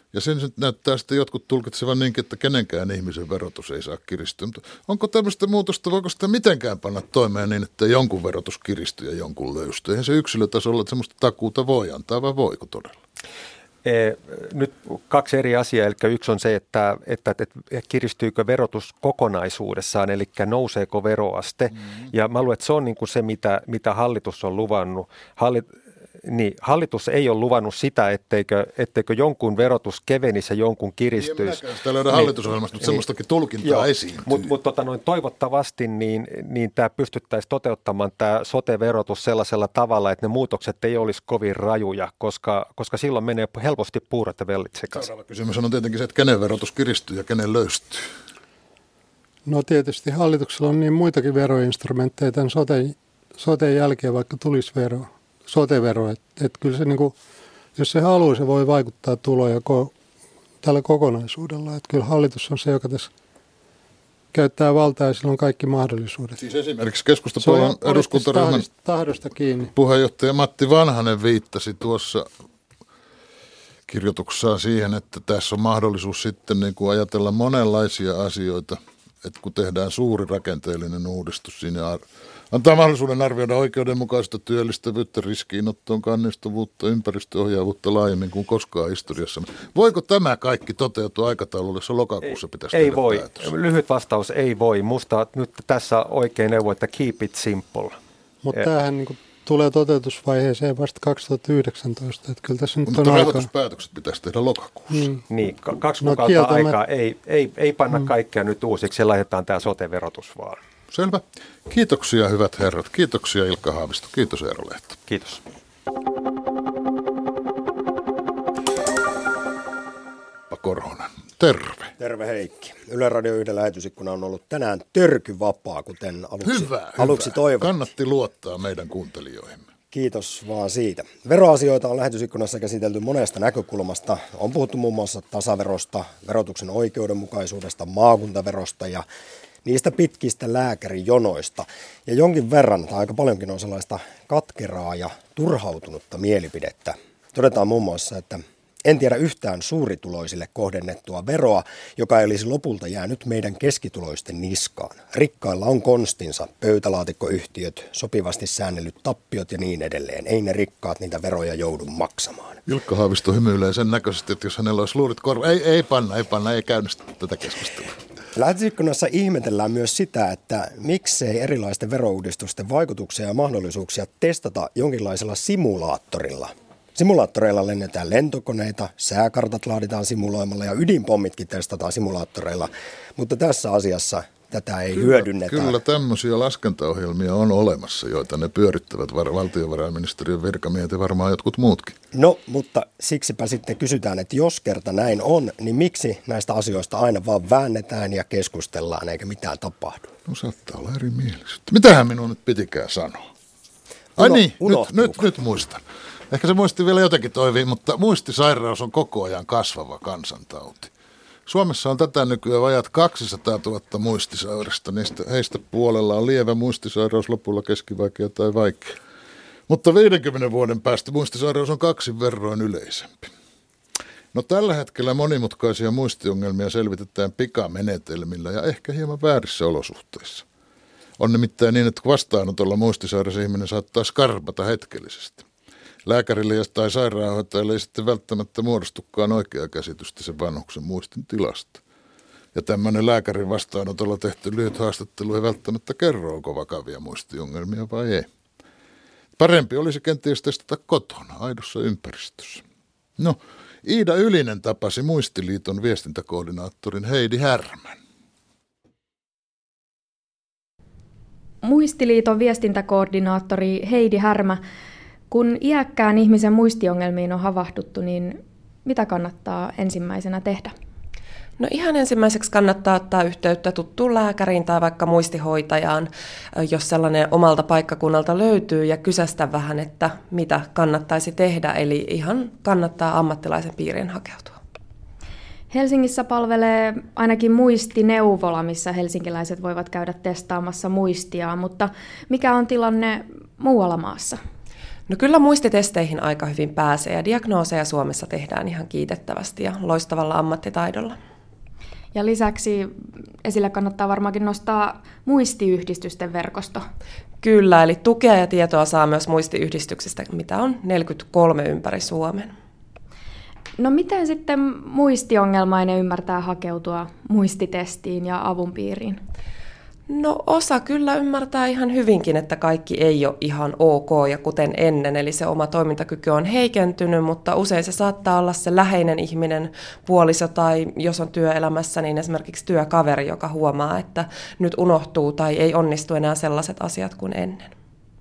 Ja sen nyt näyttää sitten jotkut tulkitsevan niinkin, että kenenkään ihmisen verotus ei saa kiristyä. Mutta onko tämmöistä muutosta, voiko sitä mitenkään panna toimeen niin, että jonkun verotus kiristyy ja jonkun löystyy? Eihän se yksilötasolla, että semmoista takuuta voi antaa, vai voiko todella? Nyt kaksi eri asiaa, eli yksi on se, että, että, että kiristyykö verotus kokonaisuudessaan, eli nouseeko veroaste, mm-hmm. ja mä luulen, että se on niin kuin se, mitä, mitä hallitus on luvannut. Hallit, niin, hallitus ei ole luvannut sitä, etteikö, etteikö jonkun verotus kevenisi ja jonkun kiristyisi. Ei sitä löydä hallitusohjelmasta, mutta niin, semmoistakin tulkintaa joo, esiintyy. Mutta mut, tota, toivottavasti niin, niin tämä pystyttäisiin toteuttamaan tämä sote-verotus sellaisella tavalla, että ne muutokset ei olisi kovin rajuja, koska, koska silloin menee helposti puurot ja vellit sekaisin. Seuraava kysymys on tietenkin se, että kenen verotus kiristyy ja kenen löystyy. No tietysti hallituksella on niin muitakin veroinstrumentteja tämän sote, soten jälkeen, vaikka tulisi vero. Sote-vero, että et kyllä se niinku, jos se haluaa, se voi vaikuttaa tuloja ko, tällä kokonaisuudella. Että kyllä hallitus on se, joka tässä käyttää valtaa ja sillä on kaikki mahdollisuudet. Siis esimerkiksi keskustapuolueen eduskuntaryhmän tahdosta kiinni. Puheenjohtaja Matti Vanhanen viittasi tuossa kirjoituksessaan siihen, että tässä on mahdollisuus sitten niin kuin ajatella monenlaisia asioita, että kun tehdään suuri rakenteellinen uudistus siinä antaa mahdollisuuden arvioida oikeudenmukaista työllistävyyttä, riskiinottoon, kannustavuutta, ympäristöohjaavuutta laajemmin kuin koskaan historiassa. Voiko tämä kaikki toteutua aikataululla, jossa lokakuussa pitäisi ei, tehdä ei voi. päätös? Lyhyt vastaus, ei voi. Musta nyt tässä oikein neuvo, että keep it simple. Mutta tämähän niin kuin tulee toteutusvaiheeseen vasta kaksituhattayhdeksäntoista. Että kyllä tässä nyt mutta on rahoituspäätökset aika pitäisi tehdä lokakuussa. Mm. Niin, kaksi no, kuukautta aikaa. Ei, ei, ei panna mm. kaikkea nyt uusiksi ja laitetaan tämä sote-verotus vaan. Selvä. Kiitoksia hyvät herrat. Kiitoksia Ilkka Haavisto. Kiitos Eero Lehto. Kiitos. Korhonen. Terve. Terve Heikki. Yle Radio yhden lähetysikkuna on ollut tänään törkyvapaa, kuten aluksi, hyvä, aluksi hyvä. toivottiin. Kannatti luottaa meidän kuuntelijoihimme. Kiitos vaan siitä. Veroasioita on lähetysikkunassa käsitelty monesta näkökulmasta. On puhuttu muun muassa tasaverosta, verotuksen oikeudenmukaisuudesta, maakuntaverosta ja niistä pitkistä lääkärijonoista. Ja jonkin verran, tai aika paljonkin on sellaista katkeraa ja turhautunutta mielipidettä. Todetaan muun muassa, että en tiedä yhtään suurituloisille kohdennettua veroa, joka ei olisi lopulta jäänyt meidän keskituloisten niskaan. Rikkailla on konstinsa, pöytälaatikkoyhtiöt, sopivasti säännellyt tappiot ja niin edelleen. Ei ne rikkaat niitä veroja joudu maksamaan. Ilkka Haavisto hymyilee sen näköisesti, että jos hänellä olisi luurit korva, ei, ei panna, ei panna, ei käynnistä tätä keskustelua. Lähetysikkunassa ihmetellään myös sitä, että miksei erilaisten verouudistusten vaikutuksia ja mahdollisuuksia testata jonkinlaisella simulaattorilla. Simulaattoreilla lennetään lentokoneita, sääkartat laaditaan simuloimalla ja ydinpommitkin testataan simulaattoreilla, mutta tässä asiassa tätä ei kyllä, hyödynnetä. Kyllä tämmöisiä laskentaohjelmia on olemassa, joita ne pyörittävät valtiovarainministeriön virkamiehet ja varmaan jotkut muutkin. No, mutta siksipä sitten kysytään, että jos kerta näin on, niin miksi näistä asioista aina vaan väännetään ja keskustellaan eikä mitään tapahdu? No saattaa olla erimielisyyttä. Mitähän minun nyt pitikään sanoa? Ai Uno, niin, nyt, nyt, nyt muistan. Ehkä se muisti vielä jotenkin toivii, mutta muistisairaus on koko ajan kasvava kansantauti. Suomessa on tätä nykyään vajat kaksisataatuhatta muistisairasta. Niistä, heistä puolella on lievä muistisairaus, lopulla keskivaikea tai vaikea. Mutta viidenkymmenen vuoden päästä muistisairaus on kaksi verroin yleisempi. No tällä hetkellä monimutkaisia muistiongelmia selvitetään pikamenetelmillä ja ehkä hieman väärissä olosuhteissa. On nimittäin niin, että vastaanotolla muistisairas ihminen saattaa skarpata hetkellisesti. Lääkärille tai sairaanhoitajalle ei sitten välttämättä muodostukaan oikea käsitystä sen vanhuksen muistin tilasta. Ja tämmöinen lääkärin vastaanotolla tehty lyhyt haastattelu ei välttämättä kerro, onko vakavia muistiongelmia vai ei. Parempi olisi kenties testata kotona, aidossa ympäristössä. No, Iida Ylinen tapasi Muistiliiton viestintäkoordinaattorin Heidi Härmän. Muistiliiton viestintäkoordinaattori Heidi Härmä. Kun iäkkään ihmisen muistiongelmiin on havahduttu, niin mitä kannattaa ensimmäisenä tehdä? No ihan ensimmäiseksi kannattaa ottaa yhteyttä tuttuun lääkäriin tai vaikka muistihoitajaan, jos sellainen omalta paikkakunnalta löytyy, ja kysästä vähän, että mitä kannattaisi tehdä. Eli ihan kannattaa ammattilaisen piiriin hakeutua. Helsingissä palvelee ainakin muistineuvola, missä helsinkiläiset voivat käydä testaamassa muistiaan, mutta mikä on tilanne muualla maassa? No kyllä muistitesteihin aika hyvin pääsee ja diagnooseja Suomessa tehdään ihan kiitettävästi ja loistavalla ammattitaidolla. Ja lisäksi esille kannattaa varmaankin nostaa muistiyhdistysten verkosto. Kyllä, eli tukea ja tietoa saa myös muistiyhdistyksistä, mitä on neljäkymmentäkolme ympäri Suomen. No miten sitten muistiongelmainen ymmärtää hakeutua muistitestiin ja avun piiriin? No osa kyllä ymmärtää ihan hyvinkin, että kaikki ei ole ihan ok ja kuten ennen, eli se oma toimintakyky on heikentynyt, mutta usein se saattaa olla se läheinen ihminen, puoliso tai jos on työelämässä, niin esimerkiksi työkaveri, joka huomaa, että nyt unohtuu tai ei onnistu enää sellaiset asiat kuin ennen.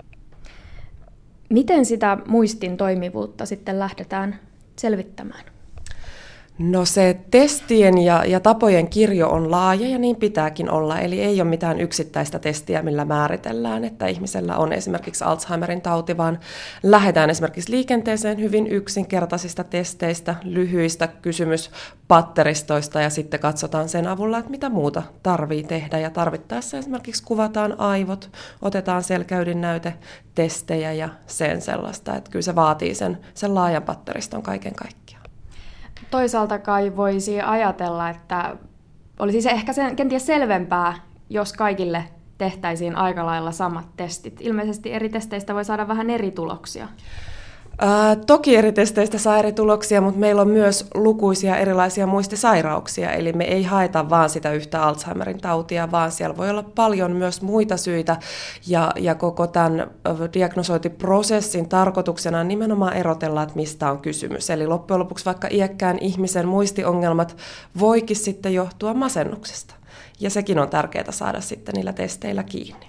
Miten sitä muistin toimivuutta sitten lähdetään selvittämään? No se testien ja, ja tapojen kirjo on laaja ja niin pitääkin olla, eli ei ole mitään yksittäistä testiä, millä määritellään, että ihmisellä on esimerkiksi Alzheimerin tauti, vaan lähdetään esimerkiksi liikenteeseen hyvin yksinkertaisista testeistä, lyhyistä kysymyspatteristoista ja sitten katsotaan sen avulla, että mitä muuta tarvii tehdä ja tarvittaessa esimerkiksi kuvataan aivot, otetaan selkäydinnäytetestejä ja sen sellaista, että kyllä se vaatii sen, sen laajan patteriston kaiken kaikkiaan. Toisaalta kai voisi ajatella, että olisi se ehkä sen, kenties selvempää, jos kaikille tehtäisiin aika lailla samat testit. Ilmeisesti eri testeistä voi saada vähän eri tuloksia. Ää, toki eri testeistä saa eri tuloksia, mutta meillä on myös lukuisia erilaisia muistisairauksia, eli me ei haeta vaan sitä yhtä Alzheimerin tautia, vaan siellä voi olla paljon myös muita syitä, ja, ja koko tämän diagnosointiprosessin tarkoituksena on nimenomaan erotella, että mistä on kysymys. Eli loppujen lopuksi vaikka iäkkään ihmisen muistiongelmat voikin sitten johtua masennuksesta, ja sekin on tärkeää saada sitten niillä testeillä kiinni.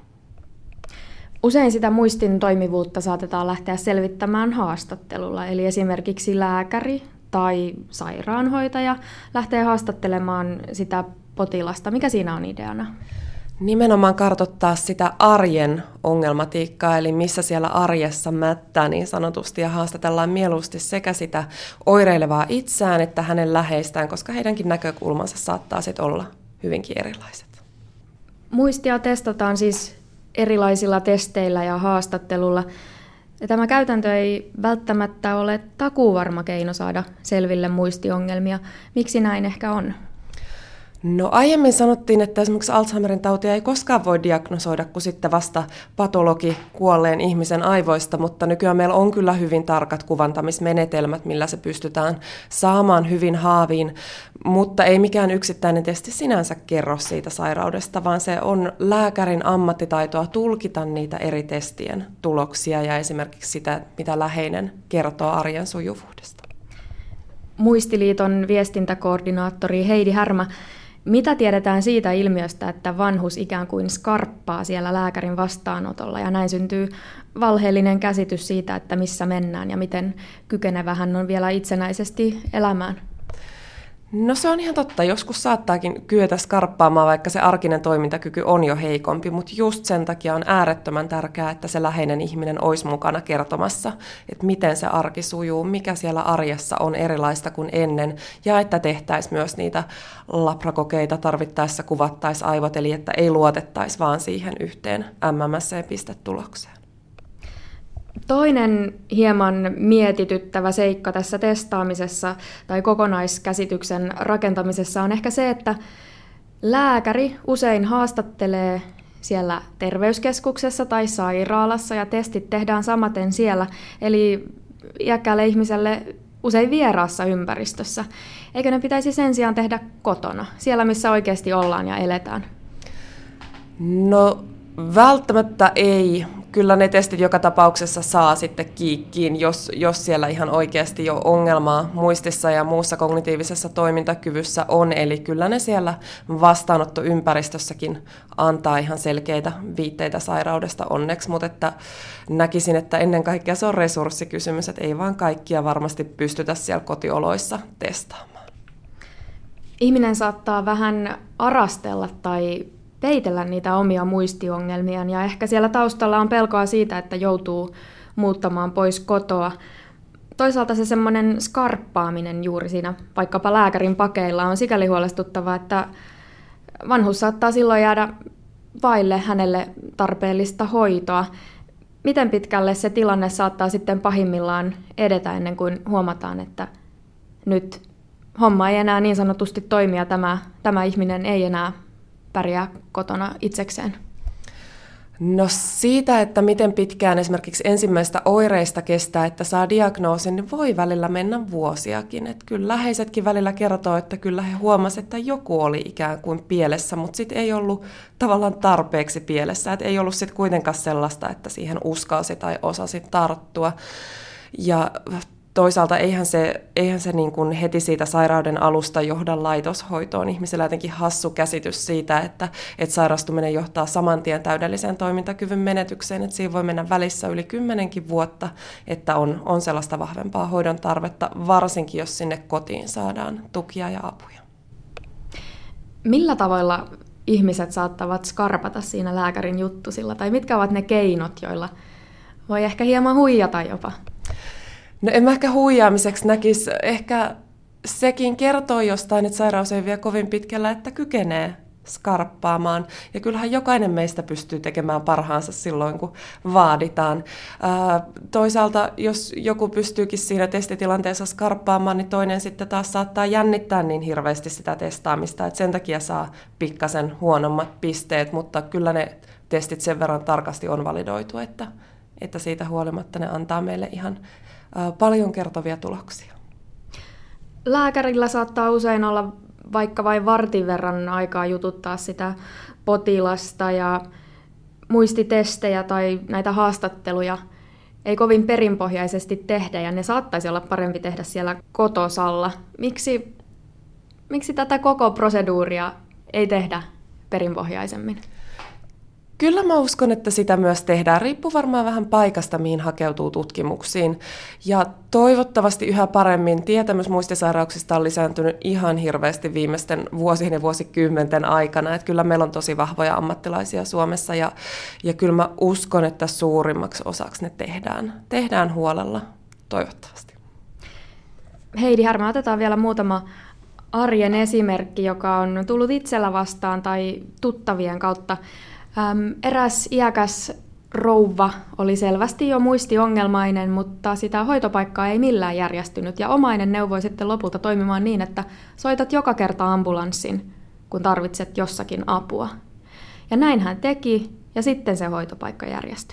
Usein sitä muistin toimivuutta saatetaan lähteä selvittämään haastattelulla, eli esimerkiksi lääkäri tai sairaanhoitaja lähtee haastattelemaan sitä potilasta. Mikä siinä on ideana? Nimenomaan kartoittaa sitä arjen ongelmatiikkaa, eli missä siellä arjessa mättää niin sanotusti, ja haastatellaan mieluusti sekä sitä oireilevaa itseään että hänen läheistään, koska heidänkin näkökulmansa saattaa sitten olla hyvinkin erilaiset. Muistia testataan siis erilaisilla testeillä ja haastattelulla. Ja tämä käytäntö ei välttämättä ole takuuvarma keino saada selville muistiongelmia. Miksi näin ehkä on? No aiemmin sanottiin, että esimerkiksi Alzheimerin tautia ei koskaan voi diagnosoida kuin sitten vasta patologi kuolleen ihmisen aivoista, mutta nykyään meillä on kyllä hyvin tarkat kuvantamismenetelmät, millä se pystytään saamaan hyvin haaviin, mutta ei mikään yksittäinen testi sinänsä kerro siitä sairaudesta, vaan se on lääkärin ammattitaitoa tulkita niitä eri testien tuloksia ja esimerkiksi sitä, mitä läheinen kertoo arjen sujuvuudesta. Muistiliiton viestintäkoordinaattori Heidi Härmä, mitä tiedetään siitä ilmiöstä, että vanhus ikään kuin skarppaa siellä lääkärin vastaanotolla ja näin syntyy valheellinen käsitys siitä, että missä mennään ja miten kykenevä hän on vielä itsenäisesti elämään? No se on ihan totta. Joskus saattaakin kyetä skarppaamaan, vaikka se arkinen toimintakyky on jo heikompi, mutta just sen takia on äärettömän tärkeää, että se läheinen ihminen olisi mukana kertomassa, että miten se arki sujuu, mikä siellä arjessa on erilaista kuin ennen, ja että tehtäisiin myös niitä labrakokeita, tarvittaessa kuvattaisiin aivot, eli että ei luotettaisi vaan siihen yhteen M M S-pistetulokseen. Toinen hieman mietityttävä seikka tässä testaamisessa tai kokonaiskäsityksen rakentamisessa on ehkä se, että lääkäri usein haastattelee siellä terveyskeskuksessa tai sairaalassa ja testit tehdään samaten siellä, eli iäkkäälle ihmiselle usein vieraassa ympäristössä. Eikö ne pitäisi sen sijaan tehdä kotona, siellä missä oikeasti ollaan ja eletään? No välttämättä ei. Kyllä ne testit joka tapauksessa saa sitten kiikkiin, jos, jos siellä ihan oikeasti jo ongelmaa muistissa ja muussa kognitiivisessa toimintakyvyssä on. Eli kyllä ne siellä vastaanottoympäristössäkin antaa ihan selkeitä viitteitä sairaudesta onneksi, mutta että näkisin, että ennen kaikkea se on resurssikysymys, että ei vaan kaikkia varmasti pystytä siellä kotioloissa testaamaan. Ihminen saattaa vähän arastella tai peitellä niitä omia muistiongelmiaan ja ehkä siellä taustalla on pelkoa siitä, että joutuu muuttamaan pois kotoa. Toisaalta se semmoinen skarppaaminen juuri siinä vaikkapa lääkärin pakeilla on sikäli huolestuttavaa, että vanhus saattaa silloin jäädä vaille hänelle tarpeellista hoitoa. miten pitkälle se tilanne saattaa sitten pahimmillaan edetä ennen kuin huomataan, että nyt homma ei enää niin sanotusti toimi ja tämä, tämä ihminen ei enää pärjää kotona itsekseen? No siitä, että miten pitkään esimerkiksi ensimmäistä oireista kestää, että saa diagnoosin, niin voi välillä mennä vuosiakin. Että kyllä läheisetkin välillä kertoo, että kyllä he huomasivat, että joku oli ikään kuin pielessä, mutta sitten ei ollut tavallaan tarpeeksi pielessä. Että ei ollut sitten kuitenkaan sellaista, että siihen uskalsi tai osasi tarttua. Ja toisaalta eihän se, eihän se niin kuin heti siitä sairauden alusta johda laitoshoitoon. Ihmisellä on jotenkin hassu käsitys siitä, että, että sairastuminen johtaa saman tien täydelliseen toimintakyvyn menetykseen. Että siinä voi mennä välissä yli kymmenenkin vuotta, että on, on sellaista vahvempaa hoidon tarvetta, varsinkin jos sinne kotiin saadaan tukia ja apuja. Millä tavoilla ihmiset saattavat skarpata siinä lääkärin juttusilla? Tai mitkä ovat ne keinot, joilla voi ehkä hieman huijata jopa? No en mä ehkä huijaamiseksi näkisi. Ehkä sekin kertoo jostain, että sairaus ei vie kovin pitkällä, että kykenee skarppaamaan. Ja kyllähän jokainen meistä pystyy tekemään parhaansa silloin, kun vaaditaan. Ää, toisaalta, jos joku pystyykin siinä testitilanteessa skarppaamaan, niin toinen sitten taas saattaa jännittää niin hirveästi sitä testaamista, että sen takia saa pikkasen huonommat pisteet, mutta kyllä ne testit sen verran tarkasti on validoitu, että, että siitä huolimatta ne antaa meille ihan paljon kertovia tuloksia. Lääkärillä saattaa usein olla vaikka vain vartin verran aikaa jututtaa sitä potilasta ja muistitestejä tai näitä haastatteluja ei kovin perinpohjaisesti tehdä ja ne saattaisi olla parempi tehdä siellä kotosalla. Miksi, miksi tätä koko proseduuria ei tehdä perinpohjaisemmin? Kyllä mä uskon, että sitä myös tehdään. Riippuu varmaan vähän paikasta, mihin hakeutuu tutkimuksiin. Ja toivottavasti yhä paremmin tietämys muistisairauksista on lisääntynyt ihan hirveästi viimeisten vuosien ja vuosikymmenten aikana. Että kyllä meillä on tosi vahvoja ammattilaisia Suomessa ja, ja kyllä mä uskon, että suurimmaksi osaksi ne tehdään. Tehdään huolella, toivottavasti. Heidi Härmä, otetaan vielä muutama arjen esimerkki, joka on tullut itsellä vastaan tai tuttavien kautta. Äm, eräs iäkäs rouva oli selvästi jo muistiongelmainen, mutta sitä hoitopaikkaa ei millään järjestynyt. Ja omainen neuvoi sitten lopulta toimimaan niin, että soitat joka kerta ambulanssin, kun tarvitset jossakin apua. Ja näin hän teki, ja sitten se hoitopaikka järjestyi.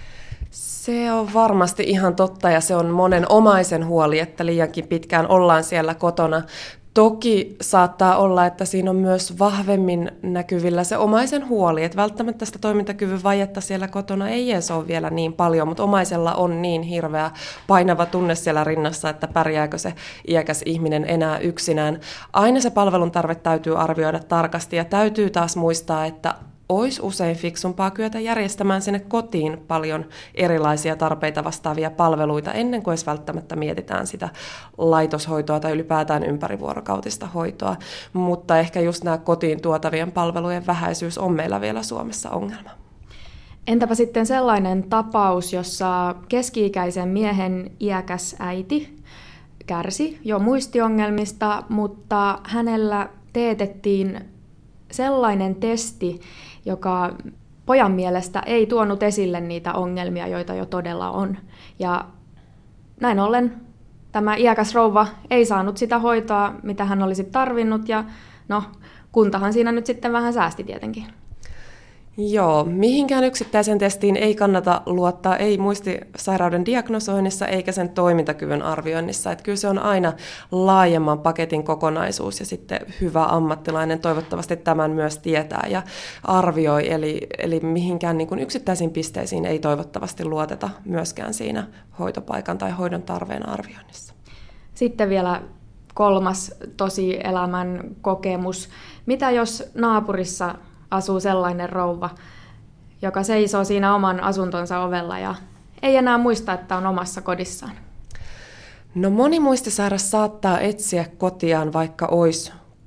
Se on varmasti ihan totta, ja se on monen omaisen huoli, että liiankin pitkään ollaan siellä kotona. Toki saattaa olla, että siinä on myös vahvemmin näkyvillä se omaisen huoli, että välttämättä sitä toimintakyvyn vajetta siellä kotona ei edes ole vielä niin paljon, mutta omaisella on niin hirveä painava tunne siellä rinnassa, että pärjääkö se iäkäs ihminen enää yksinään. Aina se palvelun tarve täytyy arvioida tarkasti ja täytyy taas muistaa, että olisi usein fiksumpaa kyetä järjestämään sinne kotiin paljon erilaisia tarpeita vastaavia palveluita ennen kuin edes välttämättä mietitään sitä laitoshoitoa tai ylipäätään ympärivuorokautista hoitoa. Mutta ehkä just nämä kotiin tuotavien palvelujen vähäisyys on meillä vielä Suomessa ongelma. Entäpä sitten sellainen tapaus, jossa keski-ikäisen miehen iäkäs äiti kärsi jo muistiongelmista, mutta hänellä teetettiin sellainen testi, joka pojan mielestä ei tuonut esille niitä ongelmia, joita jo todella on. Ja näin ollen tämä iäkäs rouva ei saanut sitä hoitoa, mitä hän olisi tarvinnut, ja no, kuntahan siinä nyt sitten vähän säästi tietenkin. Joo, mihinkään yksittäisen testiin ei kannata luottaa, ei muistisairauden diagnosoinnissa eikä sen toimintakyvyn arvioinnissa. Että kyllä se on aina laajemman paketin kokonaisuus ja sitten hyvä ammattilainen toivottavasti tämän myös tietää ja arvioi. Eli, eli mihinkään niin kuin yksittäisiin pisteisiin ei toivottavasti luoteta myöskään siinä hoitopaikan tai hoidon tarpeen arvioinnissa. Sitten vielä kolmas tosielämän kokemus. Mitä jos naapurissa asuu sellainen rouva, joka seisoo siinä oman asuntonsa ovella ja ei enää muista, että on omassa kodissaan? No moni muistisairas saattaa etsiä kotiaan, vaikka olisi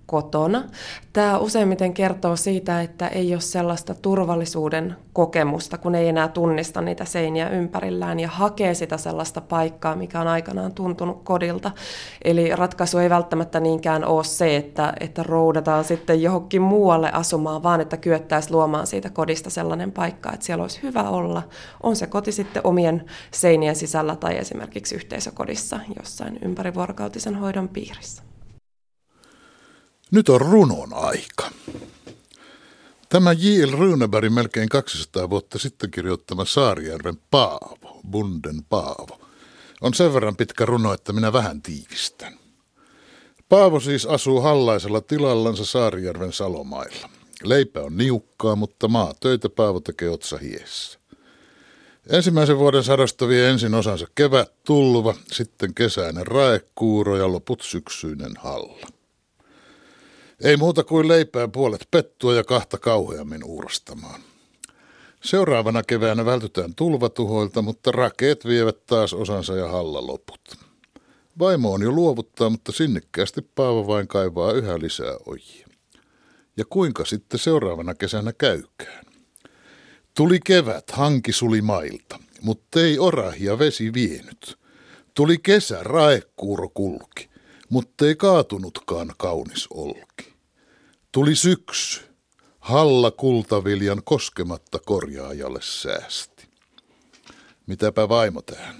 kotona. Tämä useimmiten kertoo siitä, että ei ole sellaista turvallisuuden kokemusta, kun ei enää tunnista niitä seiniä ympärillään ja hakee sitä sellaista paikkaa, mikä on aikanaan tuntunut kodilta. Eli ratkaisu ei välttämättä niinkään ole se, että, että roudataan sitten johonkin muualle asumaan, vaan että kyettäisiin luomaan siitä kodista sellainen paikka, että siellä olisi hyvä olla. On se koti sitten omien seinien sisällä tai esimerkiksi yhteisökodissa jossain ympärivuorokautisen hoidon piirissä. Nyt on runon aika. Tämä J L. Runebergin melkein kaksisataa vuotta sitten kirjoittama Saarijärven Paavo, Bunden Paavo, on sen verran pitkä runo, että minä vähän tiivistän. Paavo siis asuu hallaisella tilallansa Saarijärven Salomailla. Leipä on niukkaa, mutta maatöitä Paavo tekee otsa hiessä. Ensimmäisen vuoden sadosta vie ensin osansa kevät tulva, sitten kesäinen raekuuro ja loput syksyinen halla. Ei muuta kuin leipään puolet pettua ja kahta kauheammin uurastamaan. Seuraavana keväänä vältytään tulvatuhoilta, mutta rakeet vievät taas osansa ja halla loput. Vaimo on jo luovuttaa, mutta sinnikkäästi Paavo vain kaivaa yhä lisää ojia. Ja kuinka sitten seuraavana kesänä käykään? Tuli kevät, hanki suli mailta, mutta ei orahia vesi vienyt. Tuli kesä, raekuuro kulki, mutta ei kaatunutkaan kaunis olki. Tuli syksy, halla kultaviljan koskematta korjaajalle säästi. Mitäpä vaimo tähän?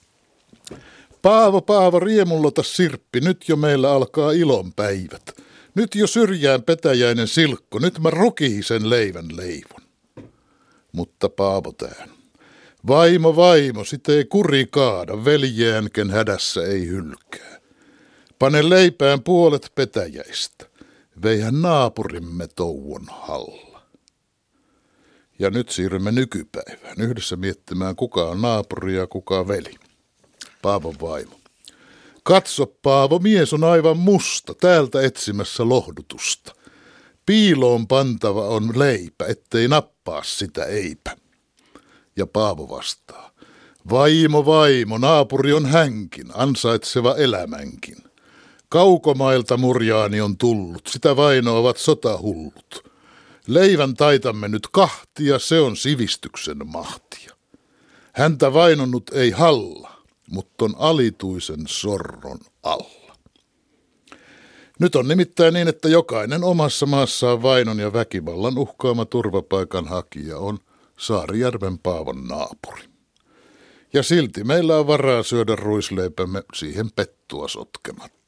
Paavo, Paavo, riemullota sirppi, nyt jo meillä alkaa ilon päivät. Nyt jo syrjään petäjäinen silkko, nyt mä rukihisen leivän leivon. Mutta Paavo tähän. Vaimo, vaimo, sit ei kuri kaada, veljäänken hädässä ei hylkää. Pane leipään puolet petäjäistä, veihän naapurimme touon halla. Ja nyt siirrymme nykypäivään, yhdessä miettimään kuka on naapuri ja kuka veli. Paavon vaimo. Katso Paavo, mies on aivan musta, täältä etsimässä lohdutusta. Piiloon pantava on leipä, ettei nappaa sitä eipä. Ja Paavo vastaa. Vaimo, vaimo, naapuri on hänkin, ansaitseva elämänkin. Kaukomailta murjaani on tullut, sitä vainoavat sotahullut. Leivän taitamme nyt kahtia, se on sivistyksen mahtia. Häntä vainonnut ei halla, mutta on alituisen sorron alla. Nyt on nimittäin niin, että jokainen omassa maassaan vainon ja väkivallan uhkaama turvapaikan hakija on Saarijärven Paavon naapuri. Ja silti meillä on varaa syödä ruisleipämme siihen pettua sotkematta.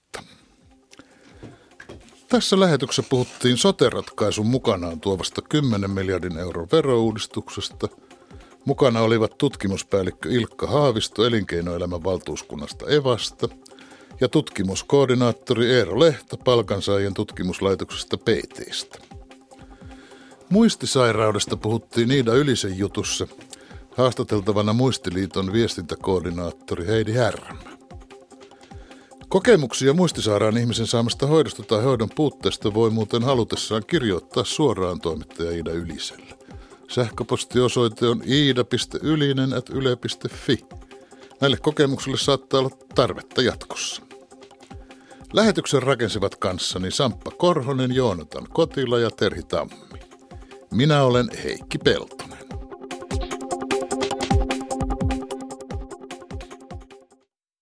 Tässä lähetyksessä puhuttiin sote-ratkaisun mukanaan tuovasta kymmenen miljardin euron verouudistuksesta. Mukana olivat tutkimuspäällikkö Ilkka Haavisto Elinkeinoelämän valtuuskunnasta Evasta ja tutkimuskoordinaattori Eero Lehto Palkansaajien tutkimuslaitoksesta P T:stä. Muistisairaudesta puhuttiin Iida Ylisen jutussa haastateltavana Muistiliiton viestintäkoordinaattori Heidi Härmä. Kokemuksia muistisairaan ihmisen saamasta hoidosta tai hoidon puutteesta voi muuten halutessaan kirjoittaa suoraan toimittaja Iida Yliselle. Sähköpostiosoite on iida piste ylinen ät yle piste fi. Näille kokemuksille saattaa olla tarvetta jatkossa. Lähetyksen rakensivat kanssani Samppa Korhonen, Joonatan Kotila ja Terhi Tammi. Minä olen Heikki Pelto.